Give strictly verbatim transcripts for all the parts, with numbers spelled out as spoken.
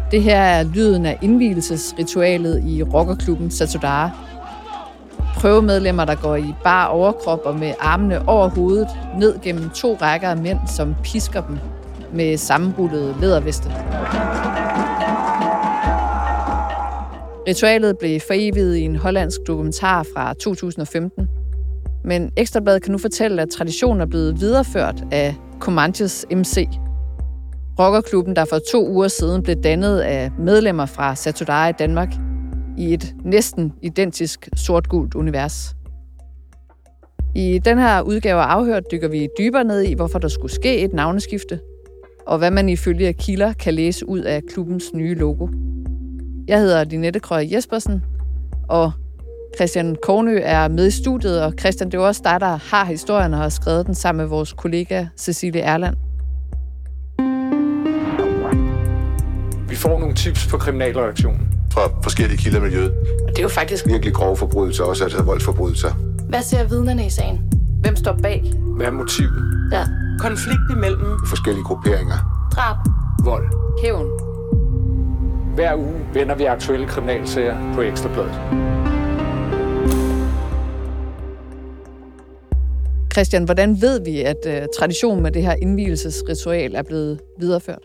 Det her er lyden af indvielsesritualet i rockerklubben Satudarah. Prøvemedlemmer, der går i bar overkrop og med armene over hovedet ned gennem to rækker af mænd, som pisker dem med sammenrullede læderveste. Ritualet blev foreviget i en hollandsk dokumentar fra to tusind og femten. Men Ekstra Bladet kan nu fortælle, at traditionen er blevet videreført af Comanches M C. Rockerklubben, der for to uger siden blev dannet af medlemmer fra Satudarah i Danmark i et næsten identisk sort-gult univers. I den her udgave af Afhørt dykker vi dybere ned i, hvorfor der skulle ske et navneskifte, og hvad man ifølge kilder kan læse ud af klubbens nye logo. Jeg hedder Linette Krøyer Jespersen, og Christian Kornø er med i studiet, og Christian, det er også dig, der har historien og har skrevet den sammen med vores kollega Cecilie Erland. Vi får nogle tips på kriminalreaktionen fra forskellige kilder i miljøet. Og det er jo faktisk virkelig grove forbrydelser, også altså voldsforbrydelser. Hvad ser vidnerne i sagen? Hvem står bag? Hvad er motivet? Ja. Konflikt imellem forskellige grupperinger. Drab. Vold. Hævn. Hver uge vender vi aktuelle kriminalsager på Ekstra Bladet. Christian, hvordan ved vi, at uh, traditionen med det her indvielsesritual er blevet videreført?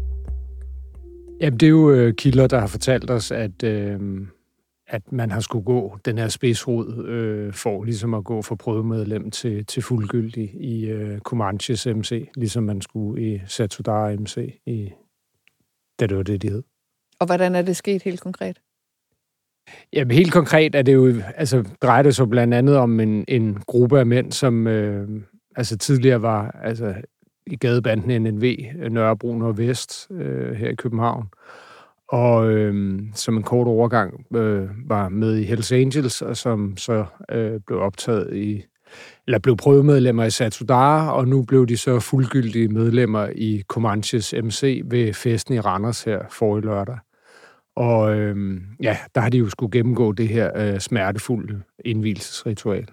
Jamen, det er jo øh, kilder, der har fortalt os, at, øh, at man har skulle gå den her spidsrod øh, for ligesom at gå fra prøvemedlem til, til fuldgyldig i øh, Comanches M C, ligesom man skulle i Satudarah M C, i, da det var det, de hed. Og hvordan er det sket helt konkret? Jamen, helt konkret er det jo, altså drejer det sig blandt andet om en, en gruppe af mænd, som øh, altså tidligere var altså, i gadebanden N N V, Nørrebro Nordvest, øh, her i København. Og øh, som en kort overgang øh, var med i Hells Angels, og som så øh, blev optaget i, eller blev prøvemedlemmer i Satudarah, og nu blev de så fuldgyldige medlemmer i Comanches M C ved festen i Randers her forrige lørdag. Og øh, ja, der har de jo skulle gennemgå det her øh, smertefulde indvielsesritual.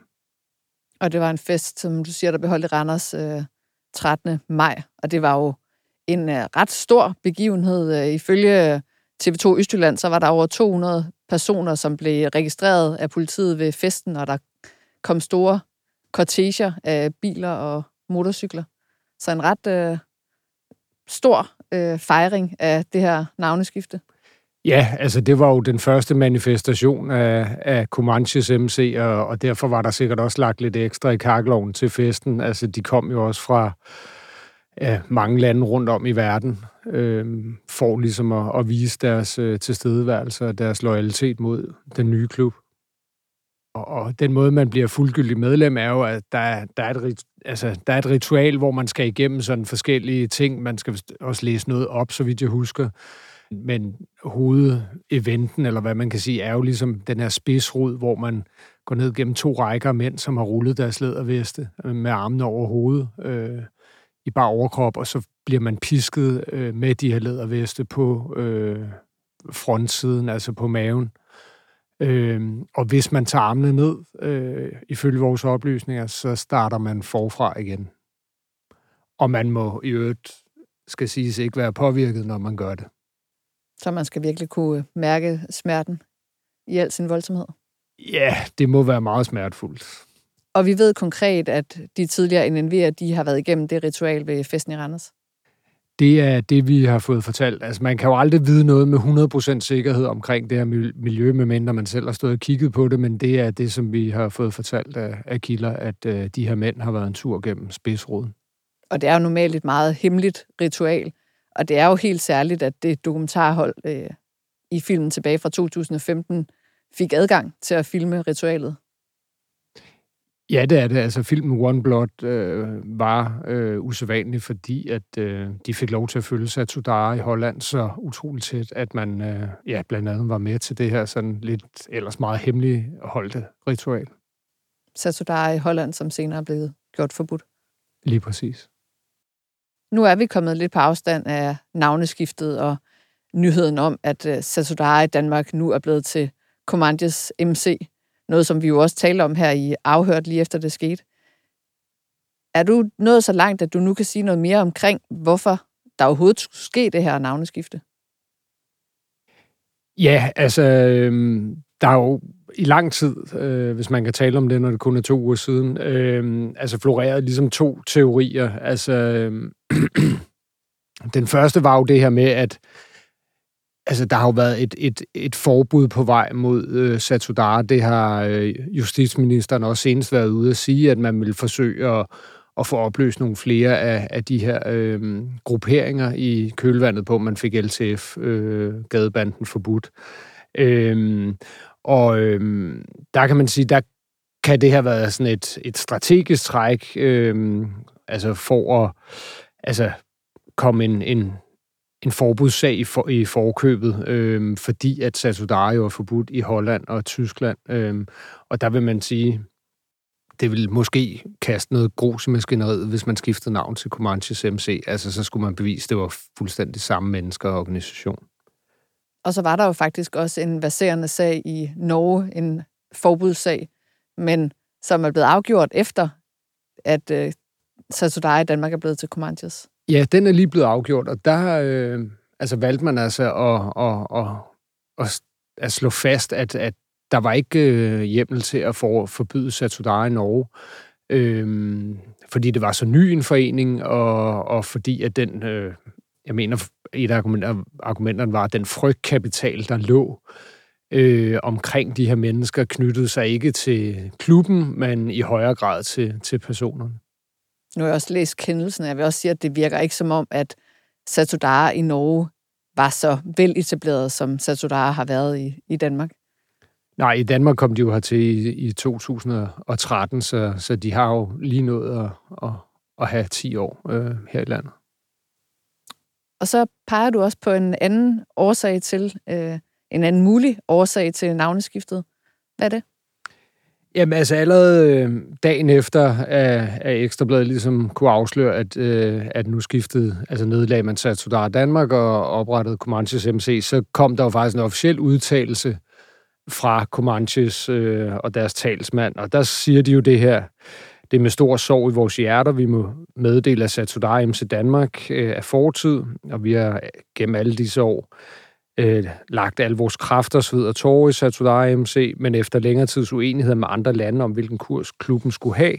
Og det var en fest, som du siger, der blev holdt i Randers øh, trettende maj, og det var jo en øh, ret stor begivenhed. Øh, ifølge T V to Østjylland, så var der over to hundrede personer, som blev registreret af politiet ved festen, og der kom store korteger af biler og motorcykler. Så en ret øh, stor øh, fejring af det her navneskifte. Ja, altså det var jo den første manifestation af, af Comanches M C, og, og derfor var der sikkert også lagt lidt ekstra i kakkelovnen til festen. Altså de kom jo også fra ja, mange lande rundt om i verden, øh, for ligesom at, at vise deres øh, tilstedeværelse og deres loyalitet mod den nye klub. Og, og den måde, man bliver fuldgyldig medlem, er jo, at der, der, er et, altså, der er et ritual, hvor man skal igennem sådan forskellige ting. Man skal også læse noget op, så vidt jeg husker. Men hovedeventen, eller hvad man kan sige, er jo ligesom den her spidsrod, hvor man går ned gennem to rækker af mænd, som har rullet deres læderveste med armene over hovedet øh, i bare overkrop, og så bliver man pisket øh, med de her læderveste på øh, frontsiden, altså på maven. Øh, og hvis man tager armene ned, øh, ifølge vores oplysninger, så starter man forfra igen. Og man må i øvrigt, skal siges, ikke være påvirket, når man gør det. Så man skal virkelig kunne mærke smerten i al sin voldsomhed? Ja, det må være meget smertefuldt. Og vi ved konkret, at de tidligere N N V'er, de har været igennem det ritual ved festen i Randers? Det er det, vi har fået fortalt. Altså, man kan jo aldrig vide noget med hundrede procent sikkerhed omkring det her miljø, medmindre man selv har stået og kigget på det, men det er det, som vi har fået fortalt af, af kilder, at uh, de her mænd har været en tur gennem spidsroden. Og det er jo normalt et meget hemmeligt ritual, og det er jo helt særligt, at det dokumentarhold øh, i filmen tilbage fra to tusind og femten fik adgang til at filme ritualet. Ja, det er det. Altså, filmen One Blood øh, var øh, usædvanlig, fordi at øh, de fik lov til at følge Satudarah i Holland så utroligt tæt, at man øh, ja, blandt andet var med til det her sådan lidt ellers meget hemmelige holdte ritual. Satudarah i Holland, som senere er blevet gjort forbudt. Lige præcis. Nu er vi kommet lidt på afstand af navneskiftet og nyheden om, at uh, Satudarah i Danmark nu er blevet til Comanches M C. Noget, som vi jo også taler om her i Afhørt lige efter det skete. Er du nået så langt, at du nu kan sige noget mere omkring, hvorfor der overhovedet skulle ske det her navneskifte? Ja, altså, øh, der er jo i lang tid, øh, hvis man kan tale om det, når det kun er to uger siden, øh, altså florerede ligesom to teorier. Altså, øh, den første var jo det her med, at altså, der har jo været et, et, et forbud på vej mod øh, Satudarah. Det har øh, justitsministeren også senest været ude at sige, at man vil forsøge at, at få opløst nogle flere af, af de her øh, grupperinger i kølvandet på, man fik L T F, øh, gadebanden, forbudt. Øh, og øh, der kan man sige, der kan det have været sådan et, et strategisk træk, øh, altså for at altså, komme en, en en forbudssag i, for, i forkøbet, øh, fordi at Satudarah jo er forbudt i Holland og Tyskland. Øh, og der vil man sige, det vil måske kaste noget grus i maskineriet, hvis man skiftede navn til Comanches M C. Altså, så skulle man bevise, at det var fuldstændig samme mennesker og organisation. Og så var der jo faktisk også en verserende sag i Norge, en forbudssag, men som er blevet afgjort efter, at øh, Satudarah i Danmark er blevet til Comanches. Ja, den er lige blevet afgjort, og der øh, altså valgte man altså at, at, at, at, at slå fast, at, at der var ikke øh, hjemmel til at for, forbyde Satudarah i Norge, øh, fordi det var så ny en forening, og, og fordi at den, øh, jeg mener, et af argumenter, argumenterne var, at den frygtkapital, der lå øh, omkring de her mennesker, knyttede sig ikke til klubben, men i højere grad til, til personerne. Nu har jeg også læst kendelsen, jeg vil også sige, at det virker ikke som om, at Satudarah i Norge var så veletableret, som Satudarah har været i, i Danmark. Nej, i Danmark kom de jo hertil i, i to tusind og tretten, så, så de har jo lige nået at, at, at have ti år øh, her i landet. Og så peger du også på en anden årsag til, øh, en anden mulig årsag til navneskiftet. Hvad er det? Jamen altså allerede dagen efter, at, at Ekstra Bladet ligesom kunne afsløre, at, øh, at nu skiftede, altså nedlagde man Satudarah Danmark og oprettede Comanches M C, så kom der jo faktisk en officiel udtalelse fra Comanches øh, og deres talsmand, og der siger de jo det her, det er med stor sorg i vores hjerter, vi må meddele, at Satudarah M C Danmark øh, er fortid, og vi har gennem alle disse år Øh, lagt alle vores kræfter, sved og tårer i Satudarah M C, men efter længere tids uenighed med andre lande om, hvilken kurs klubben skulle have,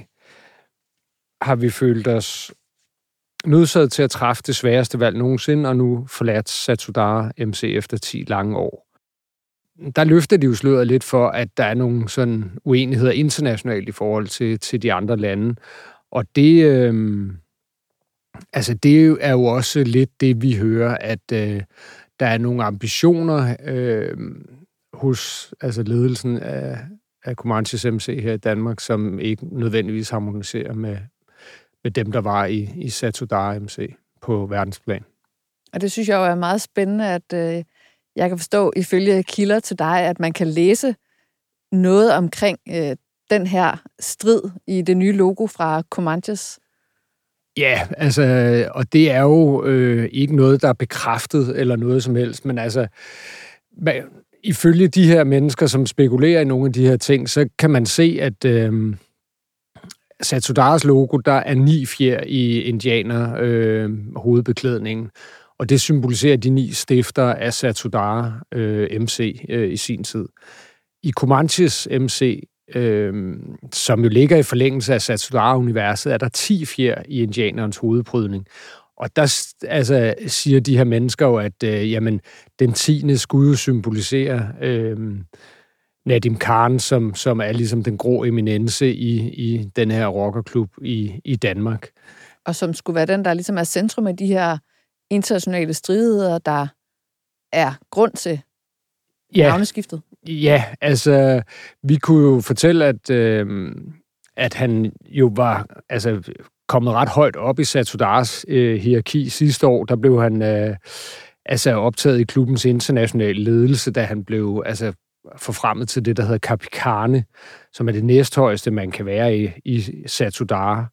har vi følt os nødsaget til at træffe det sværeste valg nogensinde, og nu forladt Satudarah M C efter ti lange år. Der løfter de jo sløret lidt for, at der er nogle sådan uenigheder internationalt i forhold til, til de andre lande, og det, øh, altså det er jo også lidt det, vi hører, at øh, der er nogle ambitioner øh, hos altså ledelsen af, af Comanches M C her i Danmark, som ikke nødvendigvis harmoniserer med, med dem, der var i, i Satudarah M C på verdensplan. Og det synes jeg jo er meget spændende, at øh, jeg kan forstå ifølge kilder til dig, at man kan læse noget omkring øh, den her strid i det nye logo fra Comanches. Ja, altså, og det er jo øh, ikke noget, der er bekræftet eller noget som helst, men altså, man, ifølge de her mennesker, som spekulerer i nogle af de her ting, så kan man se, at øh, Satudarahs logo, der er ni fjer i indianer øh, hovedbeklædningen, og det symboliserer de ni stifter af Satudarah øh, M C øh, i sin tid. I Comanches M C, Øh, som jo ligger i forlængelse af Satudarah-universet, er der ti fjer i indianernes hovedprydning. Og der altså, siger de her mennesker jo, at øh, jamen, den tiende skulle jo symbolisere øh, Nadim Khan, som, som er ligesom den grå eminence i, i den her rockerklub i, i Danmark. Og som skulle være den, der ligesom er centrum af de her internationale stridigheder, der er grund til ja. navneskiftet. Ja, altså, vi kunne jo fortælle, at, øh, at han jo var altså, kommet ret højt op i Satudarahs øh, hierarki sidste år. Der blev han øh, altså, optaget i klubbens internationale ledelse, da han blev altså, forfremmet til det, der hedder kapikane, som er det næsthøjeste, man kan være i, i Satudarah.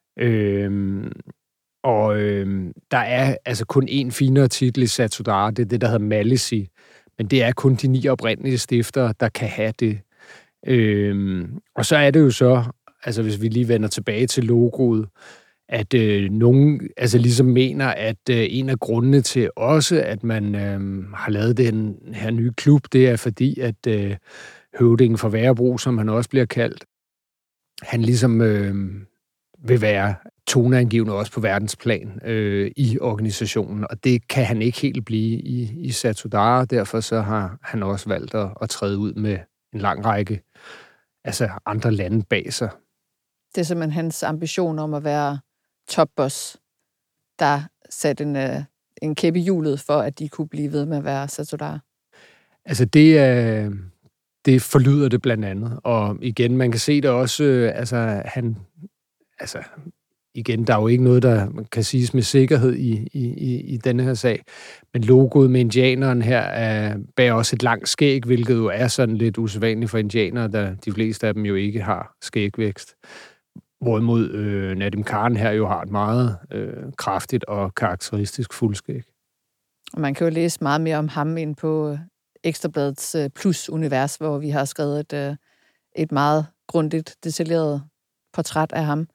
Øh, og øh, der er altså kun én finere titel i Satudarah, det er det, der hedder Malisi. Men det er kun de ni oprindelige stiftere, der kan have det. Øhm, og så er det jo så, altså hvis vi lige vender tilbage til logoet, at øh, nogen altså ligesom mener, at øh, en af grundene til også, at man øh, har lavet den her nye klub, det er fordi, at øh, høvdingen for Værebro, som han også bliver kaldt, han ligesom øh, vil være toneangivende også på verdensplan øh, i organisationen, og det kan han ikke helt blive i, i Satudarah, derfor så har han også valgt at, at træde ud med en lang række altså andre lande bag sig. Det er simpelthen hans ambition om at være topboss, der satte en, en kæp i hjulet for, at de kunne blive ved med at være Satudarah. Altså det er... Det forlyder det blandt andet, og igen, man kan se det også, øh, altså han, altså igen, der er jo ikke noget, der kan siges med sikkerhed i, i, i denne her sag, men logoet med indianeren her er bag også et langt skæg, hvilket jo er sådan lidt usædvanligt for indianere, da de fleste af dem jo ikke har skægvækst. Hvorimod øh, Nadim Khan her jo har et meget øh, kraftigt og karakteristisk fuldskæg. Og man kan jo læse meget mere om ham ind på Ekstrabladets Plus-univers, hvor vi har skrevet et, et meget grundigt, detaljeret portræt af ham.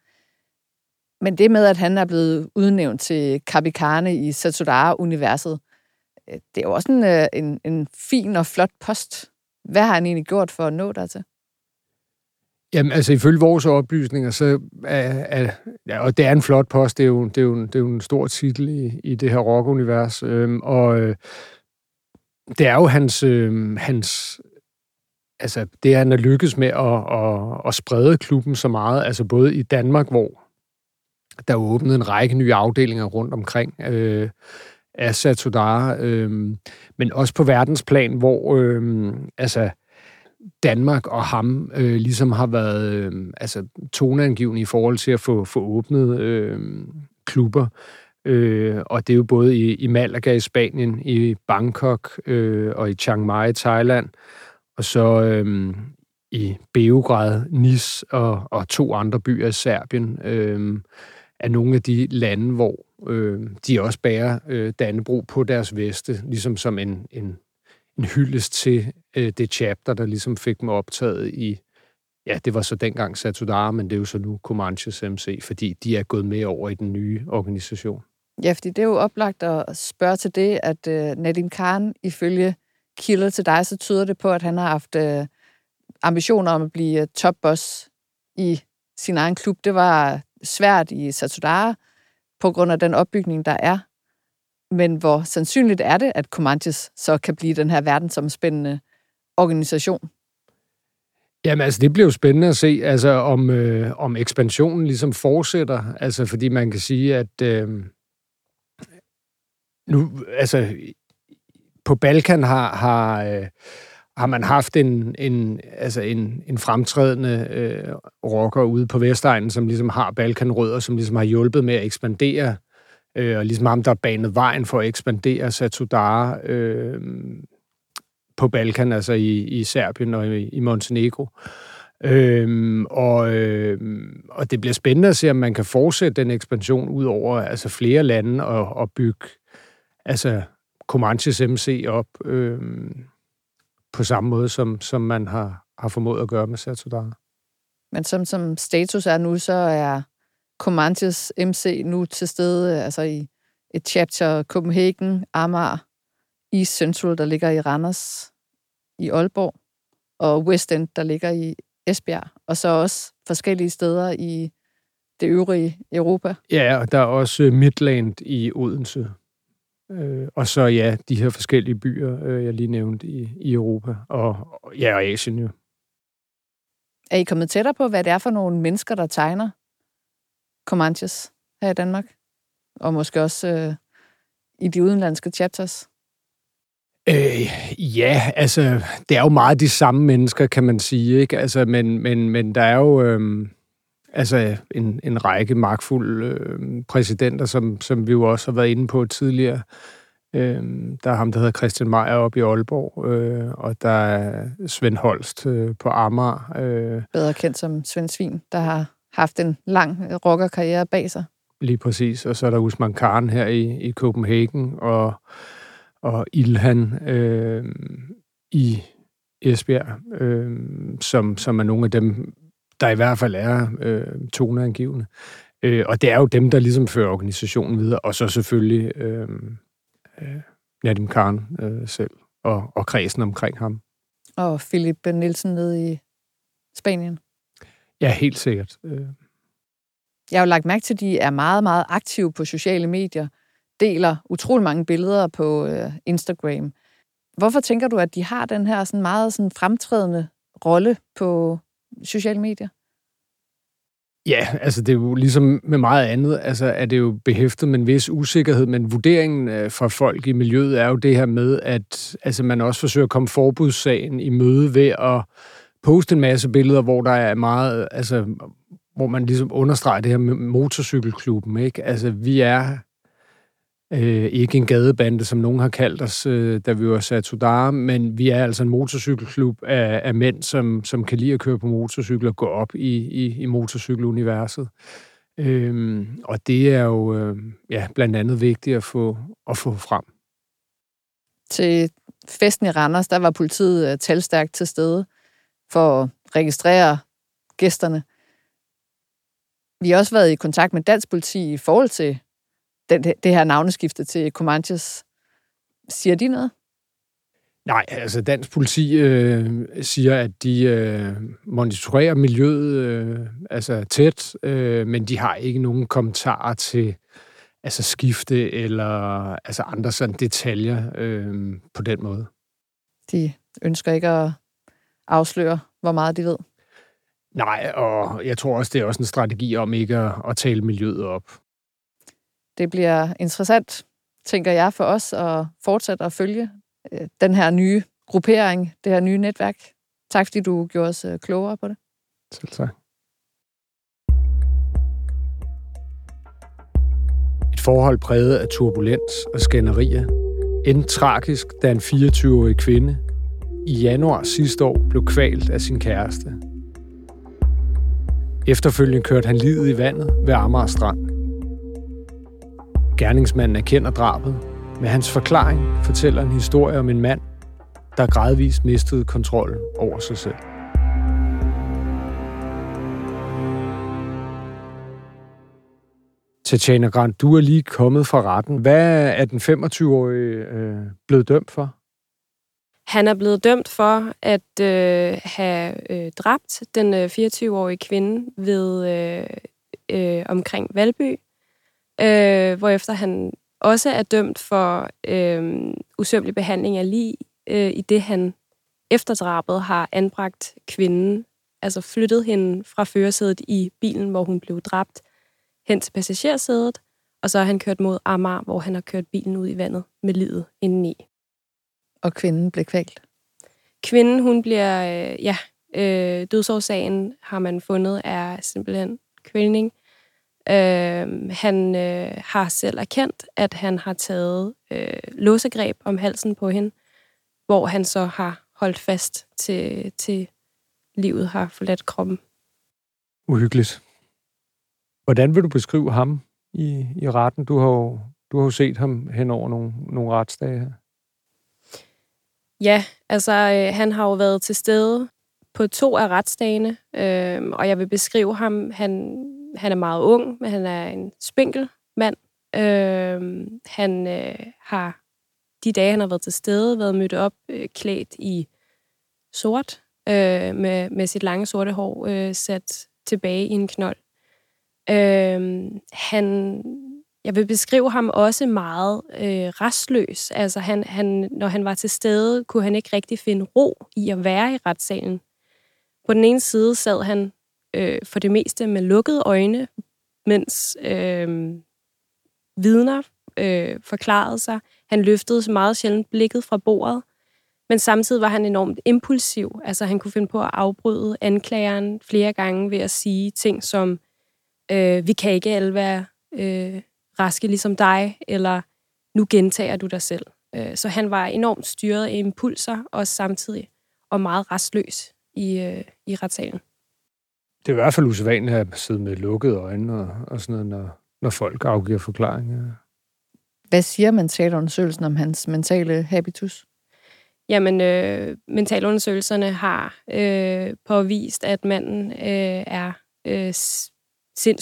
Men det med, at han er blevet udnævnt til kapikane i Satudarah-universet, det er jo også en, en, en fin og flot post. Hvad har han egentlig gjort for at nå dertil? Jamen, altså ifølge vores oplysninger, så er, er ja, og det er en flot post, det er jo, det er jo, det er jo en stor titel i, i det her rock-univers, øhm, og øh, det er jo hans, øh, hans altså det han er lykkes med at, at, at sprede klubben så meget, altså både i Danmark, hvor der er åbnet en række nye afdelinger rundt omkring øh, af Satudarah, øh, men også på verdensplan, hvor øh, altså Danmark og ham øh, ligesom har været øh, altså toneangivende i forhold til at få, få åbnet øh, klubber. Øh, og det er jo både i, i Malaga i Spanien, i Bangkok øh, og i Chiang Mai i Thailand, og så øh, i Beograd, Nice og, og to andre byer i Serbien, øh, er nogle af de lande, hvor øh, de også bærer øh, Dannebrog på deres veste, ligesom som en, en, en hyldest til øh, det chapter, der ligesom fik dem optaget i, ja, det var så dengang Satudarah, men det er jo så nu Comanches M C, fordi de er gået med over i den nye organisation. Ja, fordi det er jo oplagt at spørge til det, at øh, Nadim Khan ifølge kilder til dig, så tyder det på, at han har haft øh, ambitioner om at blive uh, topboss i sin egen klub. Det var svært i Satudarah på grund af den opbygning, der er. Men hvor sandsynligt er det, at Comanches så kan blive den her verdensomspændende organisation? Jamen altså, det bliver jo spændende at se, altså om, øh, om ekspansionen ligesom fortsætter. Altså, fordi man kan sige, at øh, nu, altså, på Balkan har, har, øh, har man haft en, en, altså en, en fremtrædende øh, rocker ude på Vestegnen, som ligesom har Balkanrødder, som ligesom har hjulpet med at ekspandere, øh, og ligesom ham, der har banet vejen for at ekspandere Satudarah øh, på Balkan, altså i, i Serbien og i, i Montenegro. Øhm, og, øhm, og det bliver spændende at se, om man kan fortsætte den ekspansion ud over altså flere lande og, og bygge altså Comanches M C op øhm, på samme måde, som, som man har, har formået at gøre med Satudarah. Men som, som status er nu, så er Comanches M C nu til stede altså i et chapter Copenhagen, Amager, East Central, der ligger i Randers, i Aalborg, og West End, der ligger i Esbjerg, og så også forskellige steder i det øvrige Europa. Ja, og der er også Midland i Odense. Øh, og så ja, de her forskellige byer, øh, jeg lige nævnte i, i Europa, og ja, og Asien jo. Er I kommet tættere på, hvad det er for nogle mennesker, der tegner Comanches her i Danmark? Og måske også øh, i de udenlandske chapters? Øh, ja, altså, det er jo meget de samme mennesker, kan man sige, ikke? Altså, men, men, men der er jo øh, altså en, en række magtfulde øh, præsidenter, som, som vi jo også har været inde på tidligere. Øh, der er ham, der hedder Christian Meyer oppe i Aalborg, øh, og der er Svend Holst øh, på Amager. Øh, Bedre kendt som Svend Svin, der har haft en lang rockerkarriere bag sig. Lige præcis, og så er der Usman Khan her i, i Copenhagen, og og Ilhan øh, i Esbjerg, øh, som, som er nogle af dem, der i hvert fald er øh, toneangivende. Øh, og det er jo dem, der ligesom fører organisationen videre, og så selvfølgelig øh, øh, Nadim Khan øh, selv og, og kredsen omkring ham. Og Philip Nielsen nede i Spanien. Ja, helt sikkert. Jeg har jo lagt mærke til, at de er meget, meget aktive på sociale medier, deler utrolig mange billeder på øh, Instagram. Hvorfor tænker du, at de har den her sådan meget sådan fremtrædende rolle på sociale medier? Ja, altså det er jo ligesom med meget andet, altså er det jo behæftet med en vis usikkerhed, men vurderingen fra folk i miljøet er jo det her med, at altså man også forsøger at komme forbudssagen i møde ved at poste en masse billeder, hvor der er meget, altså hvor man ligesom understreger det her med motorcykelklubben, ikke? Altså vi er øh, ikke en gadebande, som nogen har kaldt os, øh, da vi var Satudara, men vi er altså en motorcykelklub af, af mænd, som, som kan lide at køre på motorcykel og gå op i, i, i motorcykeluniverset. Øhm, og det er jo øh, ja, blandt andet vigtigt at få, at få frem. Til festen i Randers, der var politiet uh, talstærkt til stede for at registrere gæsterne. Vi har også været i kontakt med dansk politi i forhold til den, det her navneskifte til Comanches. Siger de noget? Nej, altså dansk politi øh, siger, at de øh, monitorerer miljøet øh, altså tæt, øh, men de har ikke nogen kommentarer til altså skifte eller altså andre sådan detaljer øh, på den måde. De ønsker ikke at afsløre, hvor meget de ved? Nej, og jeg tror også, det er også en strategi om ikke at, at tale miljøet op. Det bliver interessant, tænker jeg, for os at fortsætte at følge øh, den her nye gruppering, det her nye netværk. Tak, fordi du gjorde os øh, klogere på det. Selv tak. Et forhold præget af turbulens og skænderier endte tragisk, da en fireogtyve-årig kvinde i januar sidste år blev kvalt af sin kæreste. Efterfølgende kørte han livet i vandet ved Amager Strand. Gerningsmanden erkender drabet. Med hans forklaring fortæller en historie om en mand, der gradvist mistede kontrollen over sig selv. Tatjana Grant, du er lige kommet fra retten. Hvad er den femogtyve-årige øh, blevet dømt for? Han er blevet dømt for at øh, have øh, dræbt den øh, fireogtyve-årige kvinde ved øh, øh, omkring Valby, øh, hvorefter han også er dømt for øh, usømmelig behandling af lig, øh, i det han efter drabet har anbragt kvinden, altså flyttet hende fra førersædet i bilen, hvor hun blev dræbt, hen til passagersædet, og så har han kørt mod Amager, hvor han har kørt bilen ud i vandet med liget indeni. Og kvinden blev kvalt? Kvinden, hun bliver, øh, ja, øh, dødsårsagen har man fundet er simpelthen kvælning. Øh, han øh, har selv erkendt, at han har taget øh, låsegreb om halsen på hende, hvor han så har holdt fast til, til livet har forladt kroppen. Uhyggeligt. Hvordan vil du beskrive ham i, i retten? Du har jo, du har jo set ham hen over nogle, nogle retsdage her. Ja, altså øh, han har jo været til stede på to af retsdagene, øh, og jeg vil beskrive ham, han, han er meget ung, men han er en spinkel mand. Øh, han øh, har de dage, han har været til stede, været mødt op øh, klædt i sort, øh, med, med sit lange sorte hår øh, sat tilbage i en knold. Øh, han... Jeg vil beskrive ham også meget øh, restløs. Altså, han, han, når han var til stede, kunne han ikke rigtig finde ro i at være i retssalen. På den ene side sad han øh, for det meste med lukkede øjne, mens øh, vidner øh, forklarede sig. Han løftede meget sjældent blikket fra bordet, men samtidig var han enormt impulsiv. Altså, han kunne finde på at afbryde anklageren flere gange ved at sige ting som, øh, vi kan ikke alle være... Øh, raske ligesom dig, eller nu gentager du dig selv. Så han var enormt styret af impulser, og samtidig og meget restløs i, i retssalen. Det er i hvert fald usædvanligt at sidde med lukkede øjne og, og sådan noget, når, når folk afgiver forklaringer. Hvad siger mentalundersøgelsen om hans mentale habitus? Jamen, øh, mentalundersøgelserne har øh, påvist, at manden øh, er øh, sindssyg.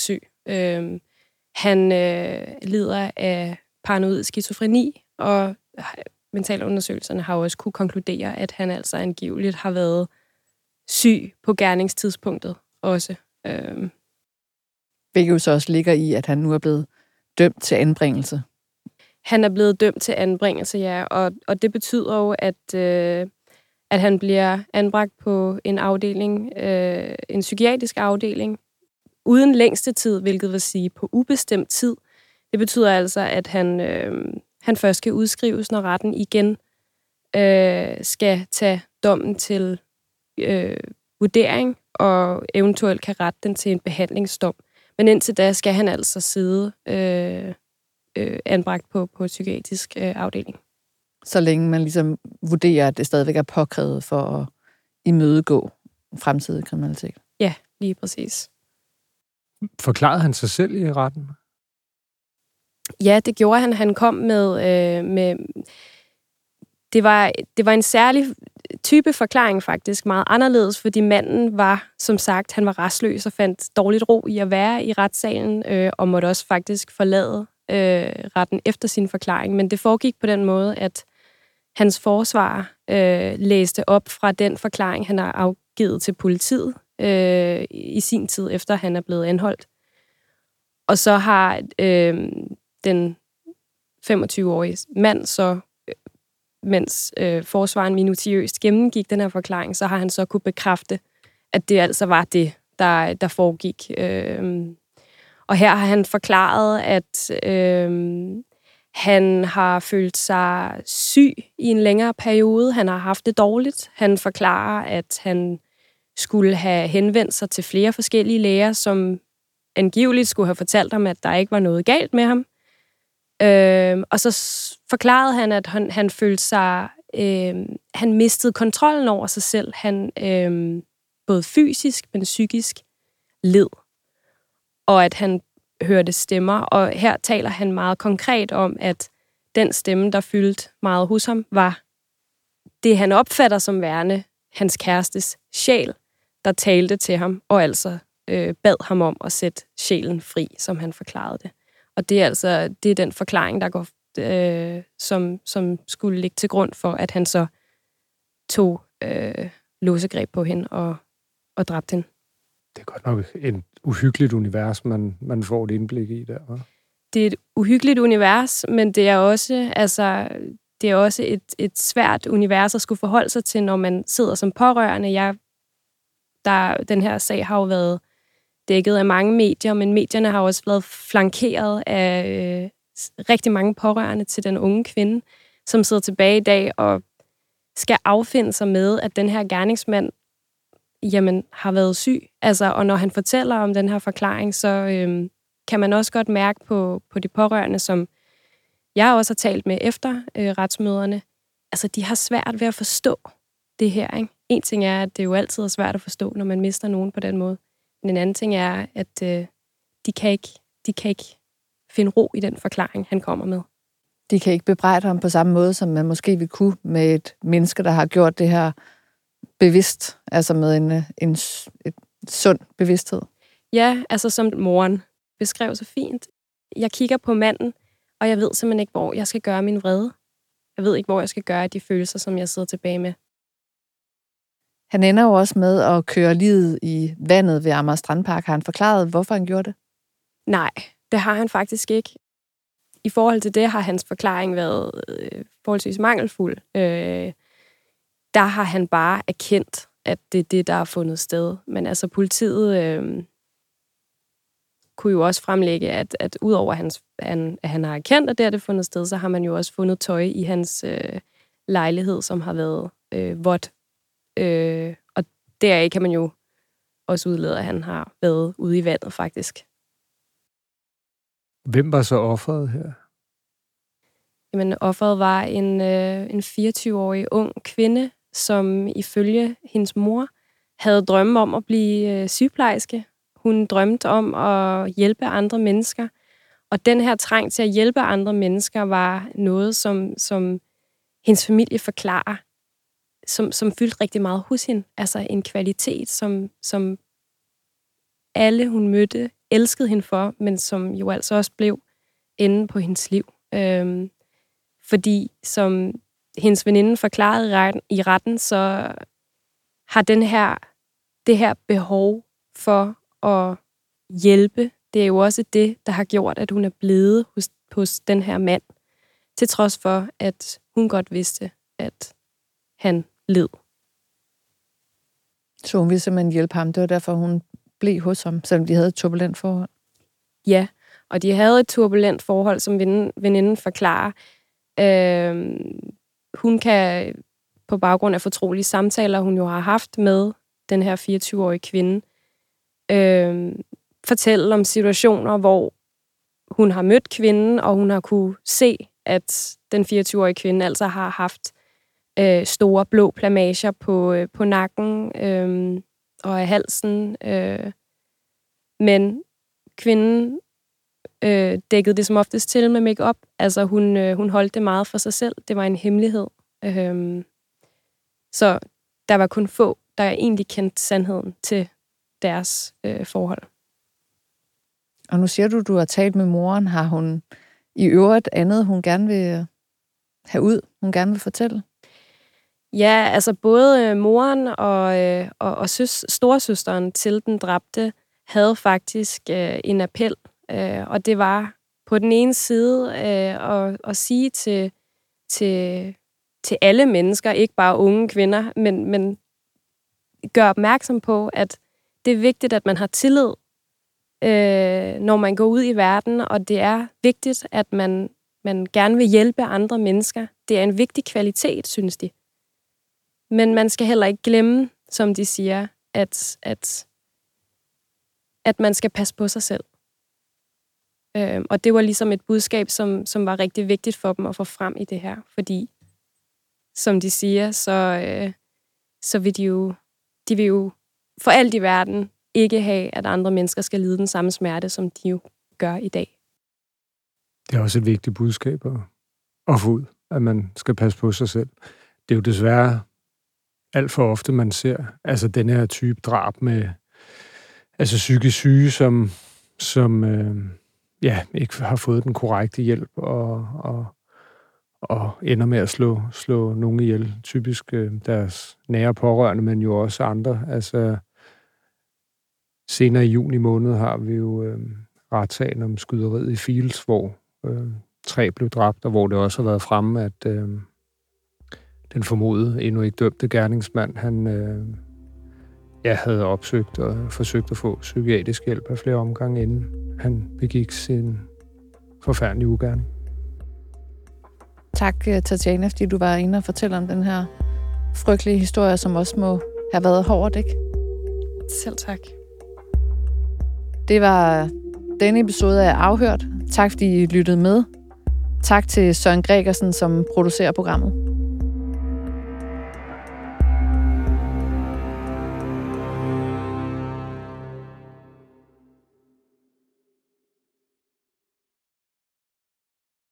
Øh, han øh, lider af paranoid skizofreni, og mentalundersøgelserne har også kunne konkludere, at han altså angiveligt har været syg på gerningstidspunktet også. Øh. Hvilket jo så også ligger i, at han nu er blevet dømt til anbringelse. Han er blevet dømt til anbringelse, ja, og, og det betyder jo, at, øh, at han bliver anbragt på en afdeling, øh, en psykiatrisk afdeling, uden længste tid, hvilket vil sige på ubestemt tid. Det betyder altså, at han, øh, han først skal udskrives, når retten igen øh, skal tage dommen til øh, vurdering, og eventuelt kan rette den til en behandlingsdom. Men indtil da skal han altså sidde øh, øh, anbragt på, på psykiatrisk øh, afdeling. Så længe man ligesom vurderer, at det stadigvæk er påkrævet for at imødegå fremtidig kriminalitet. Ja, lige præcis. Forklarede han sig selv i retten? Ja, det gjorde han. Han kom med... Øh, med det, var, det var en særlig type forklaring faktisk, meget anderledes, fordi manden var, som sagt, han var rastløs og fandt dårligt ro i at være i retssalen, øh, og måtte også faktisk forlade øh, retten efter sin forklaring. Men det foregik på den måde, at hans forsvar øh, læste op fra den forklaring, han har afgivet til politiet øh, i sin tid, efter han er blevet anholdt. Og så har øh, den femogtyve-årige mand så, mens øh, forsvaren minutiøst gennemgik den her forklaring, så har han så kunne bekræfte, at det altså var det, der, der foregik. Øh, og her har han forklaret, at øh, han har følt sig syg i en længere periode. Han har haft det dårligt. Han forklarer, at han skulle have henvendt sig til flere forskellige læger, som angiveligt skulle have fortalt ham, at der ikke var noget galt med ham. Øh, og så forklarede han, at han, han følte sig... Øh, han mistede kontrollen over sig selv. Han øh, både fysisk, men psykisk led. Og at han hørte stemmer. Og her taler han meget konkret om, at den stemme, der fyldte meget hos ham, var det, han opfatter som værende hans kærestes sjæl, der talte til ham, og altså øh, bad ham om at sætte sjælen fri, som han forklarede det. Og det er altså det er den forklaring, der går, øh, som, som skulle ligge til grund for, at han så tog øh, låsegreb på hende og, og dræbte hende. Det er godt nok et uhyggeligt univers, man, man får et indblik i der, hva'? Det er et uhyggeligt univers, men det er også, altså, det er også et, et svært univers at skulle forholde sig til, når man sidder som pårørende. Jeg, der, den her sag har jo været dækket af mange medier, men medierne har også været flankeret af øh, rigtig mange pårørende til den unge kvinde, som sidder tilbage i dag og skal affinde sig med, at den her gerningsmand jamen, har været syg. Altså, og når han fortæller om den her forklaring, så øh, kan man også godt mærke på, på de pårørende, som jeg også har talt med efter øh, retsmøderne, altså de har svært ved at forstå det her. Ikke? En ting er, at det jo altid er svært at forstå, når man mister nogen på den måde. Men en anden ting er, at øh, de, kan ikke, de kan ikke finde ro i den forklaring, han kommer med. De kan ikke bebrejde ham på samme måde, som man måske ville kunne med et menneske, der har gjort det her bevidst, altså med en, en et sund bevidsthed. Ja, altså som moren beskrev så fint. Jeg kigger på manden, og jeg ved simpelthen ikke, hvor jeg skal gøre min vrede. Jeg ved ikke, hvor jeg skal gøre de følelser, som jeg sidder tilbage med. Han ender jo også med at køre livet i vandet ved Amager Strandpark. Har han forklaret, hvorfor han gjorde det? Nej, det har han faktisk ikke. I forhold til det har hans forklaring været øh, forholdsvis mangelfuld. Øh, der har han bare erkendt, at det er det, der er fundet sted. Men altså politiet øh, kunne jo også fremlægge, at, at udover hans, han, at han har erkendt, at det er det fundet sted, så har man jo også fundet tøj i hans øh, lejlighed, som har været øh, vådt. Øh, og deraf kan man jo også udlede, at han har været ude i vandet, faktisk. Hvem var så offeret her? Jamen, offeret var en, øh, en fireogtyve-årig ung kvinde, som ifølge hendes mor havde drømme om at blive øh, sygeplejerske. Hun drømte om at hjælpe andre mennesker. Og den her trang til at hjælpe andre mennesker var noget, som, som hendes familie forklarer, som, som fyldte rigtig meget hos hende. Altså en kvalitet, som, som alle, hun mødte, elskede hende for, men som jo altså også blev enden på hendes liv. Øhm, fordi, som hendes veninde forklarede i retten, i retten, så har den her, det her behov for at hjælpe, det er jo også det, der har gjort, at hun er blevet hos, hos den her mand, til trods for, at hun godt vidste, at han led. Så hun ville simpelthen hjælpe ham. Det var derfor, hun blev hos ham, selvom de havde et turbulent forhold. Ja, og de havde et turbulent forhold, som veninden, veninden forklarer. Øh, hun kan på baggrund af fortrolige samtaler, hun jo har haft med den her fireogtyve-årige kvinde, øh, fortælle om situationer, hvor hun har mødt kvinden, og hun har kunne se, at den fireogtyve-årige kvinde altså har haft øh, store blå plamager på, øh, på nakken øh, og af halsen. Øh. Men kvinden øh, dækkede det som oftest til med make-up. Altså hun, øh, hun holdt det meget for sig selv. Det var en hemmelighed. Øh. Så der var kun få, der egentlig kendte sandheden til deres øh, forhold. Og nu siger du, du har talt med moren. Har hun i øvrigt andet, hun gerne vil have ud, hun gerne vil fortælle? Ja, altså både moren og, øh, og, og søs, storesøsteren til den dræbte havde faktisk øh, en appel. Øh, og det var på den ene side øh, at, at sige til, til, til alle mennesker, ikke bare unge kvinder, men, men gøre opmærksom på, at det er vigtigt, at man har tillid, øh, når man går ud i verden, og det er vigtigt, at man, man gerne vil hjælpe andre mennesker. Det er en vigtig kvalitet, synes de. Men man skal heller ikke glemme, som de siger, at, at, at man skal passe på sig selv. Øh, og det var ligesom et budskab, som, som var rigtig vigtigt for dem at få frem i det her. Fordi, som de siger, så, øh, så vil de jo, de vil jo for alt i verden ikke have, at andre mennesker skal lide den samme smerte, som de jo gør i dag. Det er også et vigtigt budskab at, at få ud, at man skal passe på sig selv. Det er jo desværre alt for ofte, man ser altså den her type drab med altså psykisk syge, som, som øh, ja, ikke har fået den korrekte hjælp og, og, og ender med at slå, slå nogen ihjel. Typisk øh, deres nære pårørende, men jo også andre. Altså senere i juni måned har vi jo øh, retssagen om skyderiet i Fields, hvor øh, tre blev dræbt, og hvor det også har været fremme, at øh, den formodede, endnu ikke dømte gerningsmand, han øh, ja, havde opsøgt og forsøgt at få psykiatrisk hjælp af flere omgange, inden han begik sin forfærdelige ugerning. Tak, Tatjana, fordi du var inde og fortælle om den her frygtelige historie, som også må have været hårdt, ikke? Selv tak. Det var denne episode af Afhørt. Tak, fordi I lyttede med. Tak til Søren Gregersen, som producerer programmet.